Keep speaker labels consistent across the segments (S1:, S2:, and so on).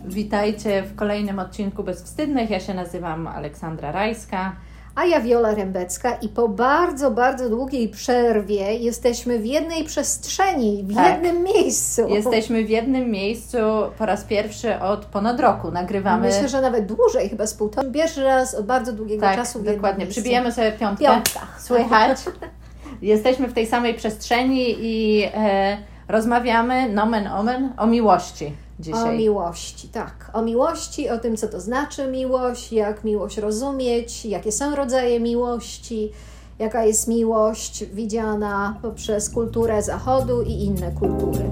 S1: Witajcie w kolejnym odcinku Bezwstydnych. Ja się nazywam Aleksandra Rajska.
S2: A ja Wiola Rembecka i po bardzo, bardzo długiej przerwie jesteśmy w jednej przestrzeni, w jednym miejscu.
S1: Jesteśmy w jednym miejscu po raz pierwszy od ponad roku. Nagrywamy...
S2: Myślę, że nawet dłużej, chyba z półtora. Pierwszy raz od bardzo długiego czasu w jednym
S1: dokładnie.
S2: miejscu.
S1: Przybijemy sobie piątkę. Słychać. Jesteśmy w tej samej przestrzeni i rozmawiamy, nomen omen, o miłości. Dzisiaj.
S2: O miłości, tak. O miłości, o tym, co to znaczy miłość, jak miłość rozumieć, jakie są rodzaje miłości, jaka jest miłość widziana poprzez kulturę Zachodu i inne kultury.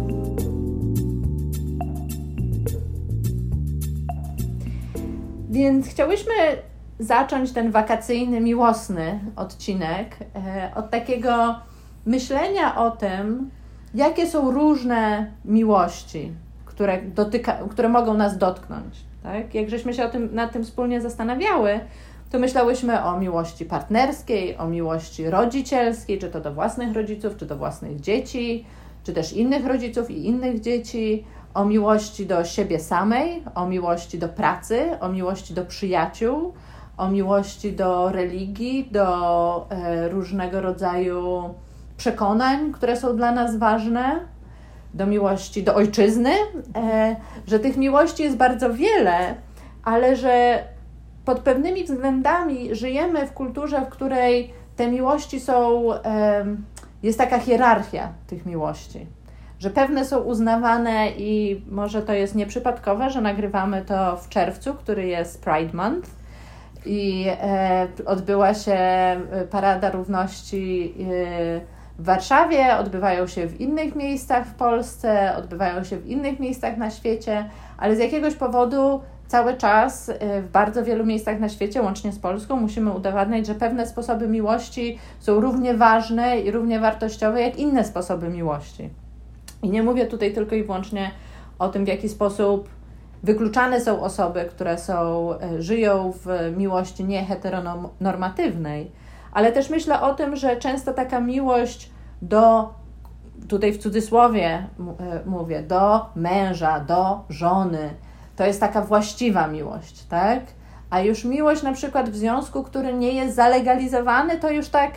S1: Więc chciałyśmy zacząć ten wakacyjny, miłosny odcinek od takiego myślenia o tym, jakie są różne miłości, które mogą nas dotknąć. Tak? Jak żeśmy się nad tym wspólnie zastanawiały, to myślałyśmy o miłości partnerskiej, o miłości rodzicielskiej, czy to do własnych rodziców, czy do własnych dzieci, czy też innych rodziców i innych dzieci, o miłości do siebie samej, o miłości do pracy, o miłości do przyjaciół, o miłości do religii, do różnego rodzaju przekonań, które są dla nas ważne, do miłości do ojczyzny, że tych miłości jest bardzo wiele, ale że pod pewnymi względami żyjemy w kulturze, w której te miłości jest taka hierarchia tych miłości, że pewne są uznawane i może to jest nieprzypadkowe, że nagrywamy to w czerwcu, który jest Pride Month i odbyła się Parada Równości w Warszawie, odbywają się w innych miejscach w Polsce, odbywają się w innych miejscach na świecie, ale z jakiegoś powodu cały czas w bardzo wielu miejscach na świecie, łącznie z Polską, musimy udowadniać, że pewne sposoby miłości są równie ważne i równie wartościowe jak inne sposoby miłości. I nie mówię tutaj tylko i wyłącznie o tym, w jaki sposób wykluczane są osoby, które żyją w miłości nieheteronormatywnej, ale też myślę o tym, że często taka miłość tutaj w cudzysłowie mówię, do męża, do żony, to jest taka właściwa miłość, tak? A już miłość na przykład w związku, który nie jest zalegalizowany, to już tak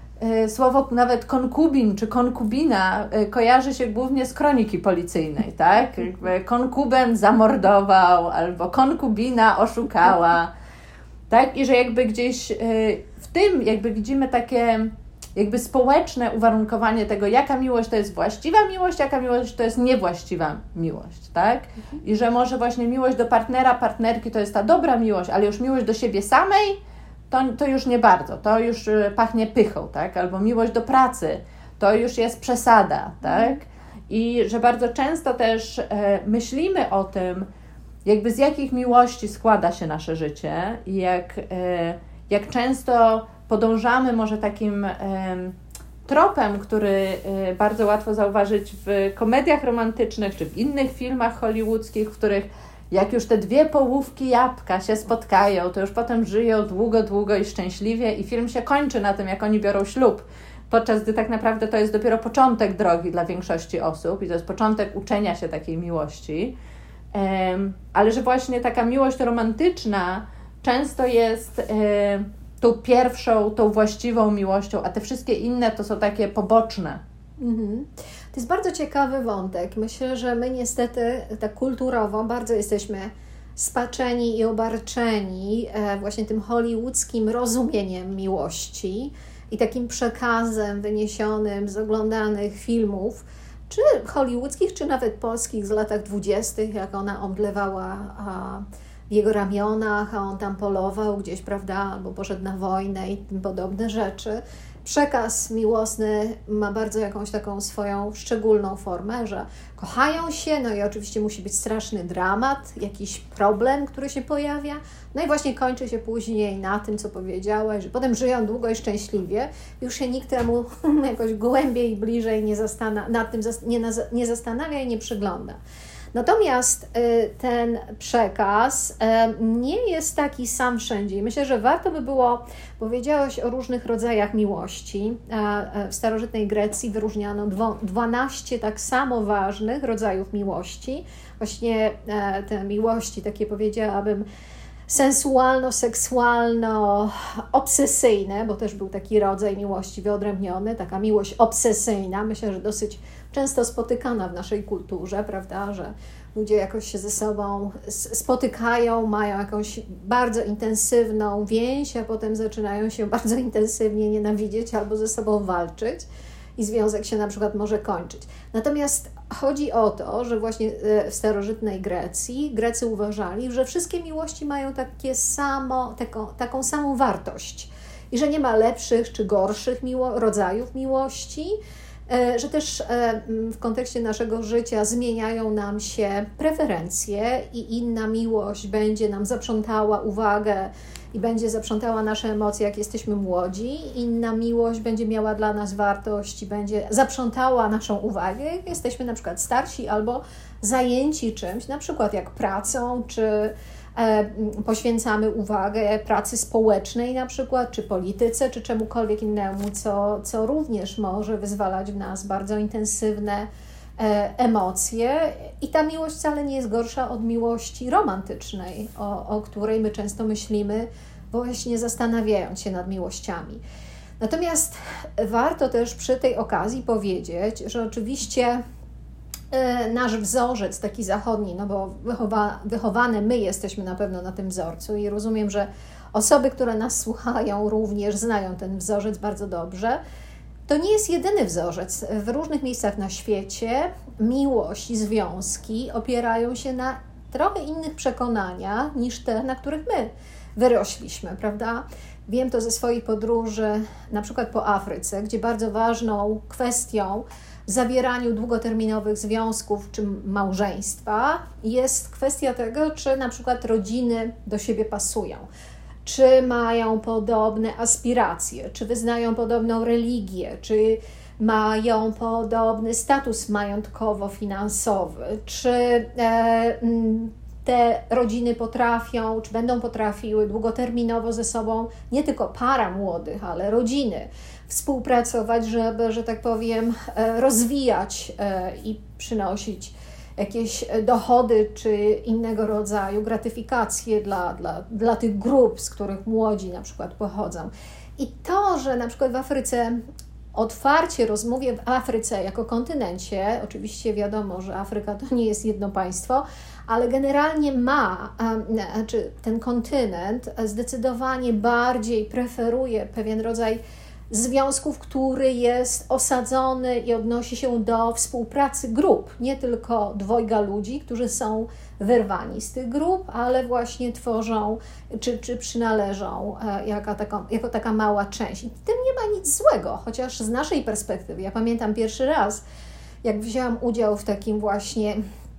S1: słowo nawet konkubin czy konkubina kojarzy się głównie z kroniki policyjnej, tak? Jakby konkubent zamordował albo konkubina oszukała, tak? I że jakby gdzieś w tym jakby widzimy takie jakby społeczne uwarunkowanie tego, jaka miłość to jest właściwa miłość, jaka miłość to jest niewłaściwa miłość, tak? I że może właśnie miłość do partnera, partnerki to jest ta dobra miłość, ale już miłość do siebie samej to już nie bardzo, to już pachnie pychą, tak? Albo miłość do pracy, to już jest przesada, tak? I że bardzo często też myślimy o tym, jakby z jakich miłości składa się nasze życie i jak często podążamy może takim tropem, który bardzo łatwo zauważyć w komediach romantycznych czy w innych filmach hollywoodzkich, w których jak już te dwie połówki jabłka się spotkają, to już potem żyją długo, długo i szczęśliwie i film się kończy na tym, jak oni biorą ślub, podczas gdy tak naprawdę to jest dopiero początek drogi dla większości osób i to jest początek uczenia się takiej miłości. Ale że właśnie taka miłość romantyczna często jest tą pierwszą, tą właściwą miłością, a te wszystkie inne to są takie poboczne.
S2: To jest bardzo ciekawy wątek. Myślę, że my niestety tak kulturowo bardzo jesteśmy spaczeni i obarczeni właśnie tym hollywoodzkim rozumieniem miłości i takim przekazem wyniesionym z oglądanych filmów, czy hollywoodzkich, czy nawet polskich z latach 20., jak ona omdlewała w jego ramionach, a on tam polował gdzieś, prawda, albo poszedł na wojnę i tym podobne rzeczy. Przekaz miłosny ma bardzo jakąś taką swoją szczególną formę, że kochają się, no i oczywiście musi być straszny dramat, jakiś problem, który się pojawia, no i właśnie kończy się później na tym, co powiedziałaś, że potem żyją długo i szczęśliwie, już się nikt temu jakoś głębiej, bliżej nad tym nie zastanawia i nie przygląda. Natomiast ten przekaz nie jest taki sam wszędzie. Myślę, że warto by było, powiedziałaś o różnych rodzajach miłości. W starożytnej Grecji wyróżniano 12 tak samo ważnych rodzajów miłości. Właśnie te miłości, takie powiedziałabym, sensualno-seksualno-obsesyjne, bo też był taki rodzaj miłości wyodrębniony, taka miłość obsesyjna, myślę, że dosyć często spotykana w naszej kulturze, prawda, że ludzie jakoś się ze sobą spotykają, mają jakąś bardzo intensywną więź, a potem zaczynają się bardzo intensywnie nienawidzieć albo ze sobą walczyć i związek się na przykład może kończyć. Natomiast chodzi o to, że właśnie w starożytnej Grecji Grecy uważali, że wszystkie miłości mają taką samą wartość i że nie ma lepszych czy gorszych rodzajów miłości, że też w kontekście naszego życia zmieniają nam się preferencje i inna miłość będzie nam zaprzątała uwagę i będzie zaprzątała nasze emocje, jak jesteśmy młodzi. Inna miłość będzie miała dla nas wartość i będzie zaprzątała naszą uwagę, jak jesteśmy na przykład starsi albo zajęci czymś, na przykład jak pracą, czy poświęcamy uwagę pracy społecznej na przykład, czy polityce, czy czemukolwiek innemu, co również może wyzwalać w nas bardzo intensywne emocje. I ta miłość wcale nie jest gorsza od miłości romantycznej, o której my często myślimy, właśnie zastanawiając się nad miłościami. Natomiast warto też przy tej okazji powiedzieć, że oczywiście nasz wzorzec taki zachodni, no bo wychowane my jesteśmy na pewno na tym wzorcu i rozumiem, że osoby, które nas słuchają, również znają ten wzorzec bardzo dobrze. To nie jest jedyny wzorzec. W różnych miejscach na świecie miłość i związki opierają się na trochę innych przekonaniach niż te, na których my wyrośliśmy, prawda? Wiem to ze swojej podróży, na przykład po Afryce, gdzie bardzo ważną kwestią w zawieraniu długoterminowych związków czy małżeństwa jest kwestia tego, czy na przykład rodziny do siebie pasują, czy mają podobne aspiracje, czy wyznają podobną religię, czy mają podobny status majątkowo-finansowy, czy te rodziny potrafią, czy będą potrafiły długoterminowo ze sobą, nie tylko para młodych, ale rodziny, współpracować, żeby, że tak powiem, rozwijać i przynosić jakieś dochody czy innego rodzaju gratyfikacje dla tych grup, z których młodzi na przykład pochodzą. I to, że na przykład w Afryce otwarcie rozmówię w Afryce jako kontynencie, oczywiście wiadomo, że Afryka to nie jest jedno państwo, ale generalnie ten kontynent zdecydowanie bardziej preferuje pewien rodzaj związków, który jest osadzony i odnosi się do współpracy grup, nie tylko dwojga ludzi, którzy są wyrwani z tych grup, ale właśnie tworzą czy przynależą jako taka mała część. I w tym nie ma nic złego, chociaż z naszej perspektywy, ja pamiętam pierwszy raz, jak wzięłam udział w takim właśnie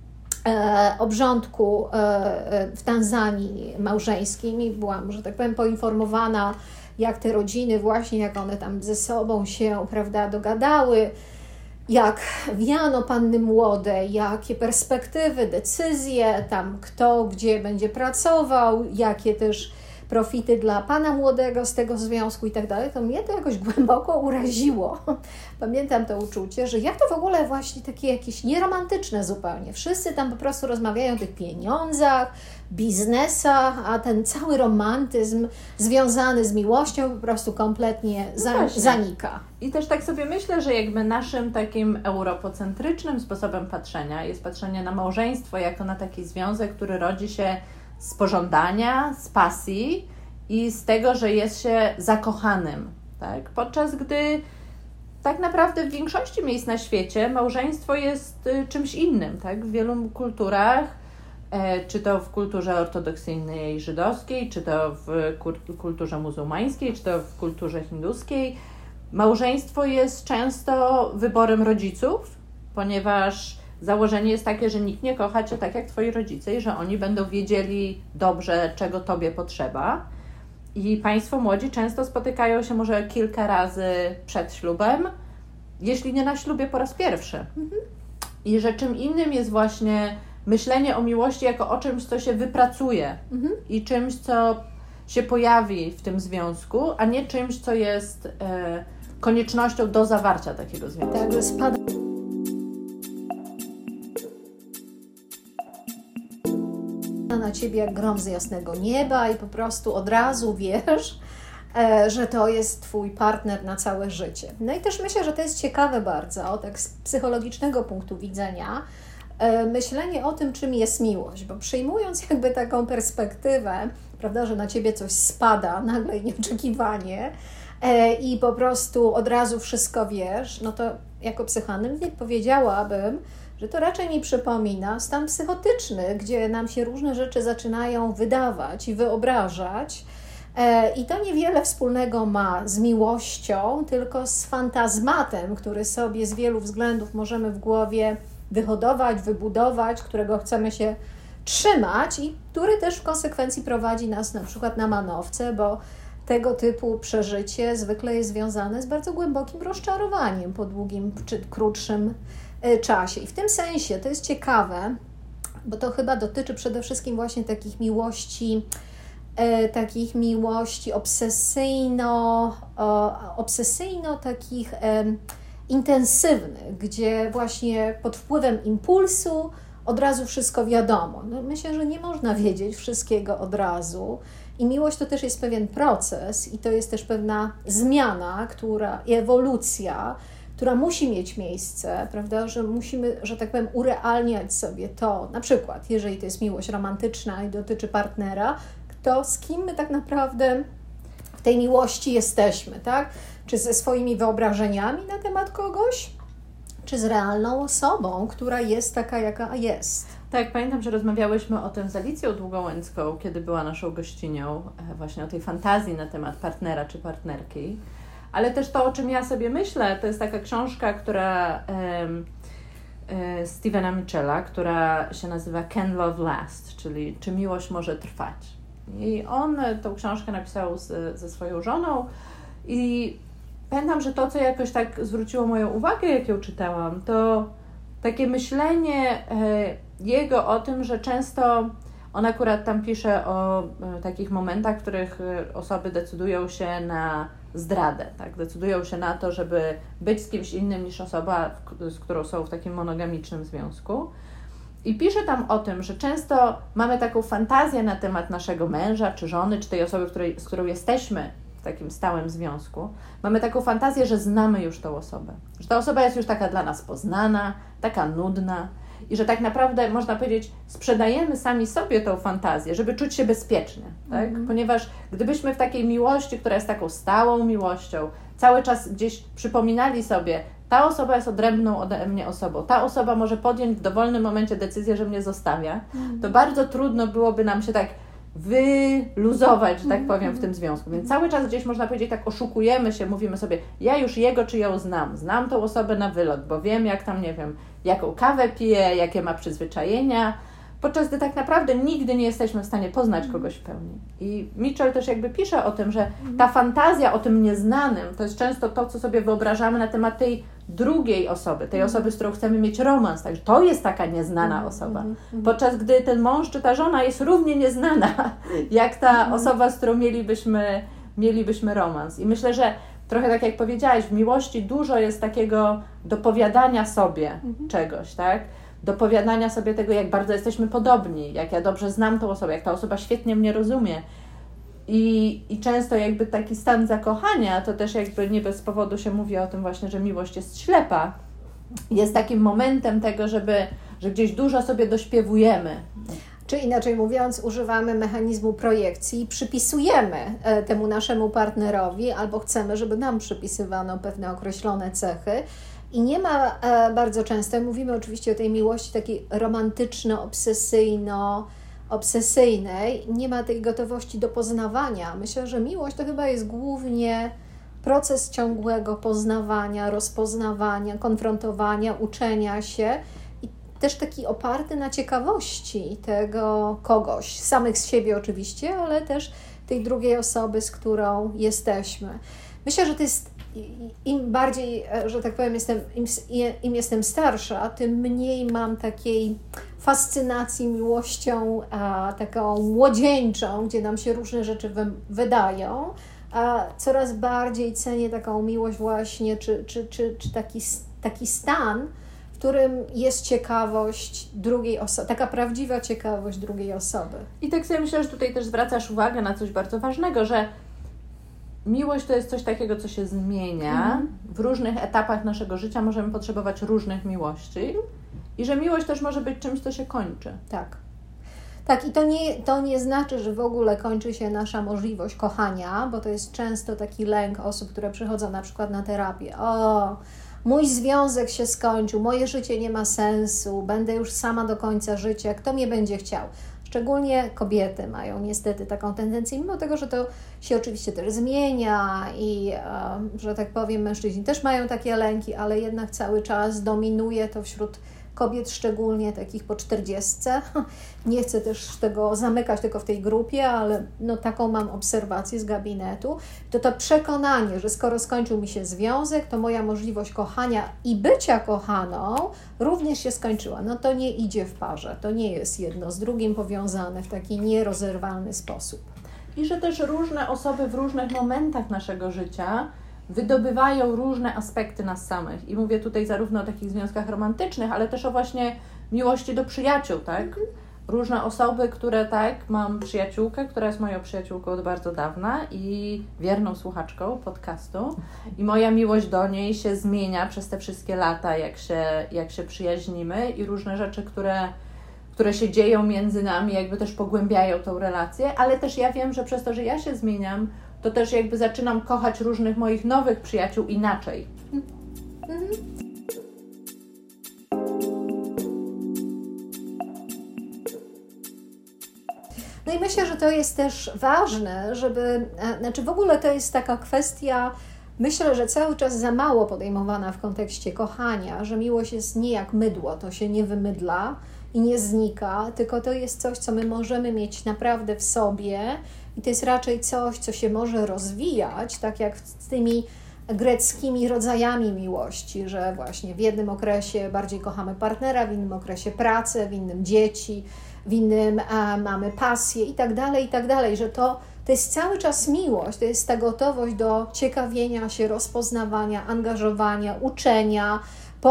S2: obrządku w Tanzanii małżeńskim i byłam, że tak powiem, poinformowana, jak te rodziny właśnie, jak one tam ze sobą się, prawda, dogadały, jak wiano panny młode, jakie perspektywy, decyzje, tam kto gdzie będzie pracował, jakie też profity dla pana młodego z tego związku i tak dalej, to mnie to jakoś głęboko uraziło. Pamiętam to uczucie, że jak to w ogóle właśnie takie jakieś nieromantyczne zupełnie. Wszyscy tam po prostu rozmawiają o tych pieniądzach, biznesach, a ten cały romantyzm związany z miłością po prostu kompletnie zanika.
S1: I też tak sobie myślę, że jakby naszym takim europocentrycznym sposobem patrzenia jest patrzenie na małżeństwo jako na taki związek, który rodzi się z pożądania, z pasji i z tego, że jest się zakochanym, tak? Podczas gdy tak naprawdę w większości miejsc na świecie małżeństwo jest czymś innym, tak? W wielu kulturach, czy to w kulturze ortodoksyjnej żydowskiej, czy to w kulturze muzułmańskiej, czy to w kulturze hinduskiej, małżeństwo jest często wyborem rodziców, ponieważ założenie jest takie, że nikt nie kocha Cię tak jak Twoi rodzice i że oni będą wiedzieli dobrze, czego Tobie potrzeba. I Państwo młodzi często spotykają się może kilka razy przed ślubem, jeśli nie na ślubie po raz pierwszy. I że czym innym jest właśnie myślenie o miłości jako o czymś, co się wypracuje i czymś, co się pojawi w tym związku, a nie czymś, co jest koniecznością do zawarcia takiego związku.
S2: Także spada na ciebie jak grom z jasnego nieba i po prostu od razu wiesz, że to jest twój partner na całe życie. No i też myślę, że to jest ciekawe bardzo, tak z psychologicznego punktu widzenia, myślenie o tym, czym jest miłość, bo przyjmując jakby taką perspektywę, prawda, że na ciebie coś spada nagle i nieoczekiwanie i po prostu od razu wszystko wiesz, no to jako psychoanalityk powiedziałabym, że to raczej mi przypomina stan psychotyczny, gdzie nam się różne rzeczy zaczynają wydawać i wyobrażać. I to niewiele wspólnego ma z miłością, tylko z fantazmatem, który sobie z wielu względów możemy w głowie wyhodować, wybudować, którego chcemy się trzymać i który też w konsekwencji prowadzi nas na przykład na manowce, bo tego typu przeżycie zwykle jest związane z bardzo głębokim rozczarowaniem po długim czy krótszym czasie. I w tym sensie to jest ciekawe, bo to chyba dotyczy przede wszystkim właśnie takich miłości obsesyjno takich intensywnych, gdzie właśnie pod wpływem impulsu od razu wszystko wiadomo. No, myślę, że nie można wiedzieć wszystkiego od razu i miłość to też jest pewien proces i to jest też pewna zmiana, i ewolucja, która musi mieć miejsce, prawda, że musimy, że tak powiem, urealniać sobie to, na przykład, jeżeli to jest miłość romantyczna i dotyczy partnera, to z kim my tak naprawdę w tej miłości jesteśmy, tak? Czy ze swoimi wyobrażeniami na temat kogoś, czy z realną osobą, która jest taka, jaka jest.
S1: Tak, pamiętam, że rozmawiałyśmy o tym z Alicją Długołęcką, kiedy była naszą gościnią, właśnie o tej fantazji na temat partnera czy partnerki. Ale też to, o czym ja sobie myślę, to jest taka książka, która Stephena Michela, która się nazywa Can Love Last, czyli Czy miłość może trwać. I on tą książkę napisał ze swoją żoną i pamiętam, że to, co jakoś tak zwróciło moją uwagę, jak ją czytałam, to takie myślenie jego o tym, że często on akurat tam pisze o takich momentach, w których osoby decydują się na zdradę, tak? Decydują się na to, żeby być z kimś innym niż osoba, z którą są w takim monogamicznym związku. I pisze tam o tym, że często mamy taką fantazję na temat naszego męża, czy żony, czy tej osoby, z którą jesteśmy w takim stałym związku. Mamy taką fantazję, że znamy już tą osobę. Że ta osoba jest już taka dla nas poznana, taka nudna i że tak naprawdę, można powiedzieć, sprzedajemy sami sobie tą fantazję, żeby czuć się bezpiecznie. Tak? Ponieważ gdybyśmy w takiej miłości, która jest taką stałą miłością, cały czas gdzieś przypominali sobie, ta osoba jest odrębną ode mnie osobą, ta osoba może podjąć w dowolnym momencie decyzję, że mnie zostawia, to bardzo trudno byłoby nam się tak wyluzować, że tak powiem, w tym związku. Więc cały czas gdzieś, można powiedzieć, tak oszukujemy się, mówimy sobie, ja już jego czy ją znam tą osobę na wylot, bo wiem, jak tam, nie wiem, jaką kawę pije, jakie ma przyzwyczajenia, podczas gdy tak naprawdę nigdy nie jesteśmy w stanie poznać kogoś w pełni. I Mitchell też jakby pisze o tym, że ta fantazja o tym nieznanym to jest często to, co sobie wyobrażamy na temat tej drugiej osoby, tej osoby, z którą chcemy mieć romans. Także to jest taka nieznana osoba. Podczas gdy ten mąż czy ta żona jest równie nieznana, jak ta osoba, z którą mielibyśmy romans. I myślę, że trochę tak jak powiedziałaś, w miłości dużo jest takiego dopowiadania sobie czegoś, tak? Dopowiadania sobie tego, jak bardzo jesteśmy podobni, jak ja dobrze znam tą osobę, jak ta osoba świetnie mnie rozumie. I często jakby taki stan zakochania, to też jakby nie bez powodu się mówi o tym właśnie, że miłość jest ślepa, jest takim momentem tego, że gdzieś dużo sobie dośpiewujemy.
S2: Czy inaczej mówiąc, używamy mechanizmu projekcji, przypisujemy temu naszemu partnerowi albo chcemy, żeby nam przypisywano pewne określone cechy. I nie ma bardzo często, mówimy oczywiście o tej miłości takiej romantyczno-obsesyjnej, nie ma tej gotowości do poznawania. Myślę, że miłość to chyba jest głównie proces ciągłego poznawania, rozpoznawania, konfrontowania, uczenia się i też taki oparty na ciekawości tego kogoś, samych z siebie oczywiście, ale też tej drugiej osoby, z którą jesteśmy. Myślę, że to jest im bardziej, że tak powiem, im jestem starsza, tym mniej mam takiej fascynacji miłością taką młodzieńczą, gdzie nam się różne rzeczy wydają, a coraz bardziej cenię taką miłość właśnie, czy taki stan, w którym jest ciekawość drugiej osoby, taka prawdziwa ciekawość drugiej osoby.
S1: I tak sobie myślę, że tutaj też zwracasz uwagę na coś bardzo ważnego, że miłość to jest coś takiego, co się zmienia. W różnych etapach naszego życia możemy potrzebować różnych miłości i że miłość też może być czymś, co się kończy.
S2: Tak. Tak, i to nie znaczy, że w ogóle kończy się nasza możliwość kochania, bo to jest często taki lęk osób, które przychodzą na przykład na terapię. O, mój związek się skończył, moje życie nie ma sensu, będę już sama do końca życia, kto mnie będzie chciał? Szczególnie kobiety mają niestety taką tendencję, mimo tego, że to się oczywiście też zmienia i, że tak powiem, mężczyźni też mają takie lęki, ale jednak cały czas dominuje to wśród kobiet, szczególnie takich po 40. Nie chcę też tego zamykać tylko w tej grupie, ale no, taką mam obserwację z gabinetu. To przekonanie, że skoro skończył mi się związek, to moja możliwość kochania i bycia kochaną również się skończyła. No to nie idzie w parze, to nie jest jedno z drugim powiązane w taki nierozerwalny sposób.
S1: I że też różne osoby w różnych momentach naszego życia wydobywają różne aspekty nas samych. I mówię tutaj zarówno o takich związkach romantycznych, ale też o właśnie miłości do przyjaciół, tak? Różne osoby, które mam przyjaciółkę, która jest moją przyjaciółką od bardzo dawna i wierną słuchaczką podcastu i moja miłość do niej się zmienia przez te wszystkie lata, jak się przyjaźnimy i różne rzeczy, które się dzieją między nami, jakby też pogłębiają tą relację, ale też ja wiem, że przez to, że ja się zmieniam, to też jakby zaczynam kochać różnych moich nowych przyjaciół inaczej.
S2: No i myślę, że to jest też ważne, w ogóle to jest taka kwestia, myślę, że cały czas za mało podejmowana w kontekście kochania, że miłość jest nie jak mydło, to się nie wymydla i nie znika, tylko to jest coś, co my możemy mieć naprawdę w sobie i to jest raczej coś, co się może rozwijać, tak jak z tymi greckimi rodzajami miłości, że właśnie w jednym okresie bardziej kochamy partnera, w innym okresie pracę, w innym dzieci, w innym mamy pasję i tak dalej, że to jest cały czas miłość, to jest ta gotowość do ciekawienia się, rozpoznawania, angażowania, uczenia,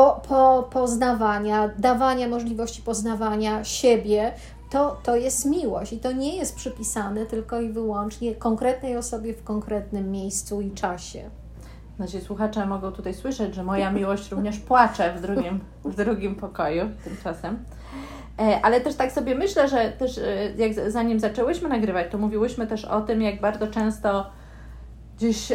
S2: poznawania, dawania możliwości poznawania siebie. To jest miłość i to nie jest przypisane tylko i wyłącznie konkretnej osobie w konkretnym miejscu i czasie.
S1: Nasi słuchacze mogą tutaj słyszeć, że moja miłość również płacze w drugim pokoju tymczasem. Ale też tak sobie myślę, że też zanim zaczęłyśmy nagrywać, to mówiłyśmy też o tym, jak bardzo często gdzieś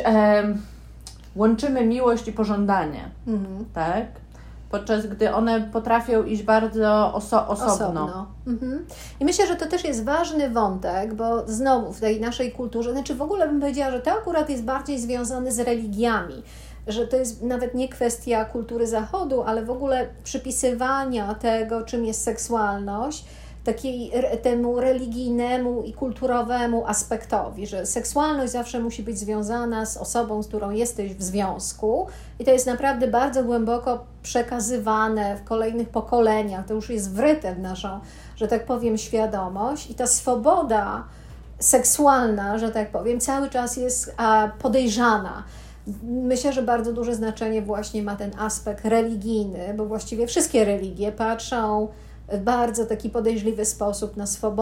S1: łączymy miłość i pożądanie, tak? Podczas gdy one potrafią iść bardzo osobno.
S2: I myślę, że to też jest ważny wątek, bo znowu w tej naszej kulturze, w ogóle bym powiedziała, że to akurat jest bardziej związane z religiami, że to jest nawet nie kwestia kultury Zachodu, ale w ogóle przypisywania tego, czym jest seksualność, temu religijnemu i kulturowemu aspektowi, że seksualność zawsze musi być związana z osobą, z którą jesteś w związku i to jest naprawdę bardzo głęboko przekazywane w kolejnych pokoleniach, to już jest wryte w naszą, że tak powiem, świadomość i ta swoboda seksualna, że tak powiem, cały czas jest podejrzana. Myślę, że bardzo duże znaczenie właśnie ma ten aspekt religijny, bo właściwie wszystkie religie patrzą w bardzo taki podejrzliwy sposób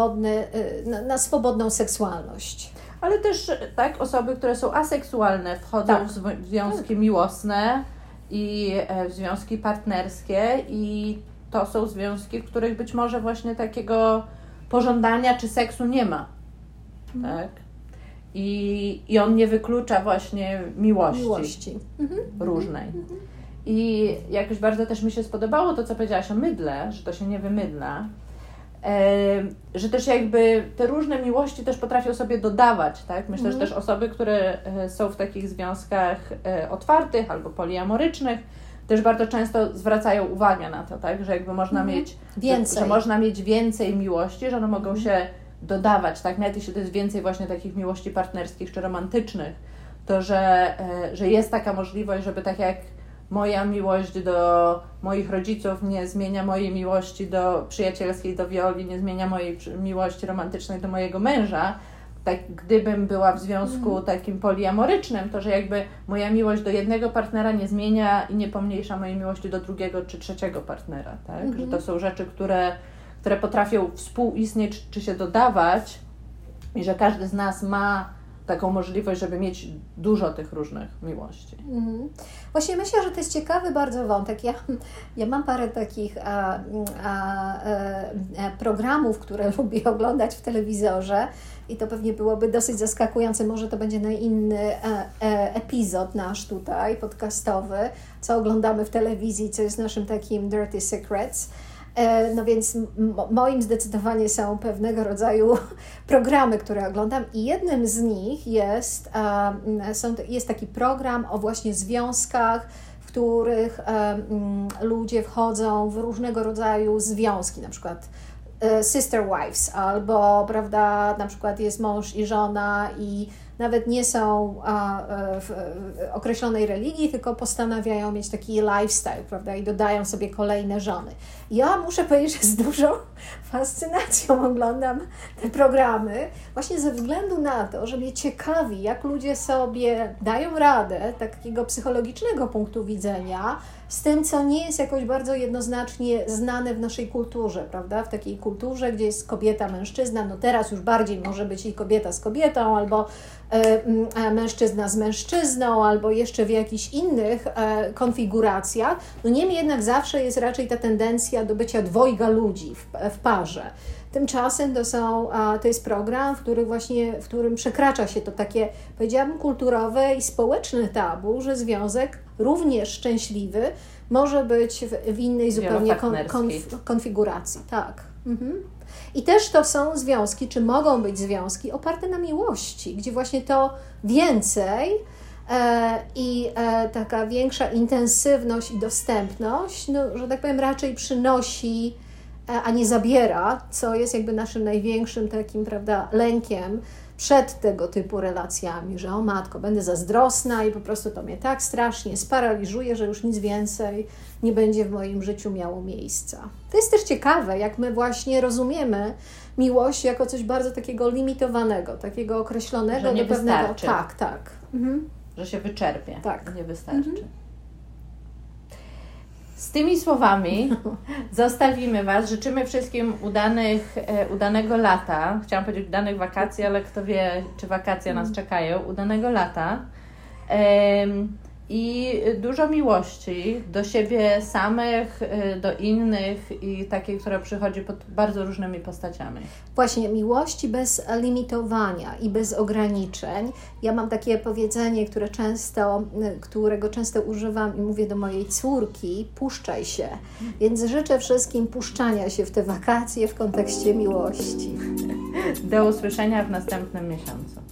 S2: na swobodną seksualność.
S1: Ale też osoby, które są aseksualne, wchodzą w związki miłosne i w związki partnerskie i to są związki, w których być może właśnie takiego pożądania czy seksu nie ma. Tak? I on nie wyklucza właśnie miłości. Różnej. I jakoś bardzo też mi się spodobało to, co powiedziałaś o mydle, że to się nie wymydla, że też jakby te różne miłości też potrafią sobie dodawać, tak? Myślę, że też osoby, które są w takich związkach otwartych albo poliamorycznych, też bardzo często zwracają uwagę na to, tak? Że jakby można mieć więcej. Że można mieć więcej miłości, że one mogą się dodawać, tak? Nawet jeśli to jest więcej właśnie takich miłości partnerskich czy romantycznych, to, że jest taka możliwość, żeby tak jak moja miłość do moich rodziców nie zmienia mojej miłości do przyjacielskiej, do Violi, nie zmienia mojej miłości romantycznej do mojego męża, tak gdybym była w związku takim poliamorycznym, to że jakby moja miłość do jednego partnera nie zmienia i nie pomniejsza mojej miłości do drugiego czy trzeciego partnera, tak? Że to są rzeczy, które potrafią współistnieć czy się dodawać i że każdy z nas ma taką możliwość, żeby mieć dużo tych różnych miłości.
S2: Właśnie myślę, że to jest ciekawy bardzo wątek. Ja mam parę takich programów, które lubię oglądać w telewizorze i to pewnie byłoby dosyć zaskakujące. Może to będzie na inny epizod nasz tutaj, podcastowy, co oglądamy w telewizji, co jest naszym takim dirty secrets. No więc moim zdecydowanie są pewnego rodzaju programy, które oglądam i jednym z nich jest taki program o właśnie związkach, w których ludzie wchodzą w różnego rodzaju związki, na przykład sister wives, albo prawda, na przykład jest mąż i żona i nawet nie są w określonej religii, tylko postanawiają mieć taki lifestyle, prawda, i dodają sobie kolejne żony. Ja muszę powiedzieć, że z dużą fascynacją oglądam te programy, właśnie ze względu na to, że mnie ciekawi, jak ludzie sobie dają radę takiego psychologicznego punktu widzenia z tym, co nie jest jakoś bardzo jednoznacznie znane w naszej kulturze, prawda? W takiej kulturze, gdzie jest kobieta, mężczyzna, no teraz już bardziej może być i kobieta z kobietą, albo mężczyzna z mężczyzną, albo jeszcze w jakichś innych konfiguracjach. No niemniej jednak zawsze jest raczej ta tendencja do bycia dwojga ludzi w parze. Tymczasem to jest program, w którym przekracza się to takie, powiedziałabym, kulturowe i społeczne tabu, że związek również szczęśliwy może być w innej zupełnie konfiguracji. Tak. I też to są związki, czy mogą być związki oparte na miłości, gdzie właśnie to więcej i taka większa intensywność i dostępność, no, że tak powiem, raczej przynosi, a nie zabiera, co jest jakby naszym największym takim, prawda, lękiem przed tego typu relacjami, że o matko, będę zazdrosna i po prostu to mnie tak strasznie sparaliżuje, że już nic więcej nie będzie w moim życiu miało miejsca. To jest też ciekawe, jak my właśnie rozumiemy miłość jako coś bardzo takiego limitowanego, takiego określonego
S1: że nie
S2: do pewnego.
S1: Wystarczy.
S2: Tak.
S1: Że się wyczerpie.
S2: Tak.
S1: Nie wystarczy. Z tymi słowami zostawimy Was. Życzymy wszystkim udanego lata. Chciałam powiedzieć udanych wakacji, ale kto wie, czy wakacje nas czekają. Udanego lata. I dużo miłości do siebie samych, do innych i takiej, która przychodzi pod bardzo różnymi postaciami.
S2: Właśnie, miłości bez limitowania i bez ograniczeń. Ja mam takie powiedzenie, którego często używam i mówię do mojej córki: puszczaj się. Więc życzę wszystkim puszczania się w te wakacje w kontekście miłości.
S1: Do usłyszenia w następnym miesiącu.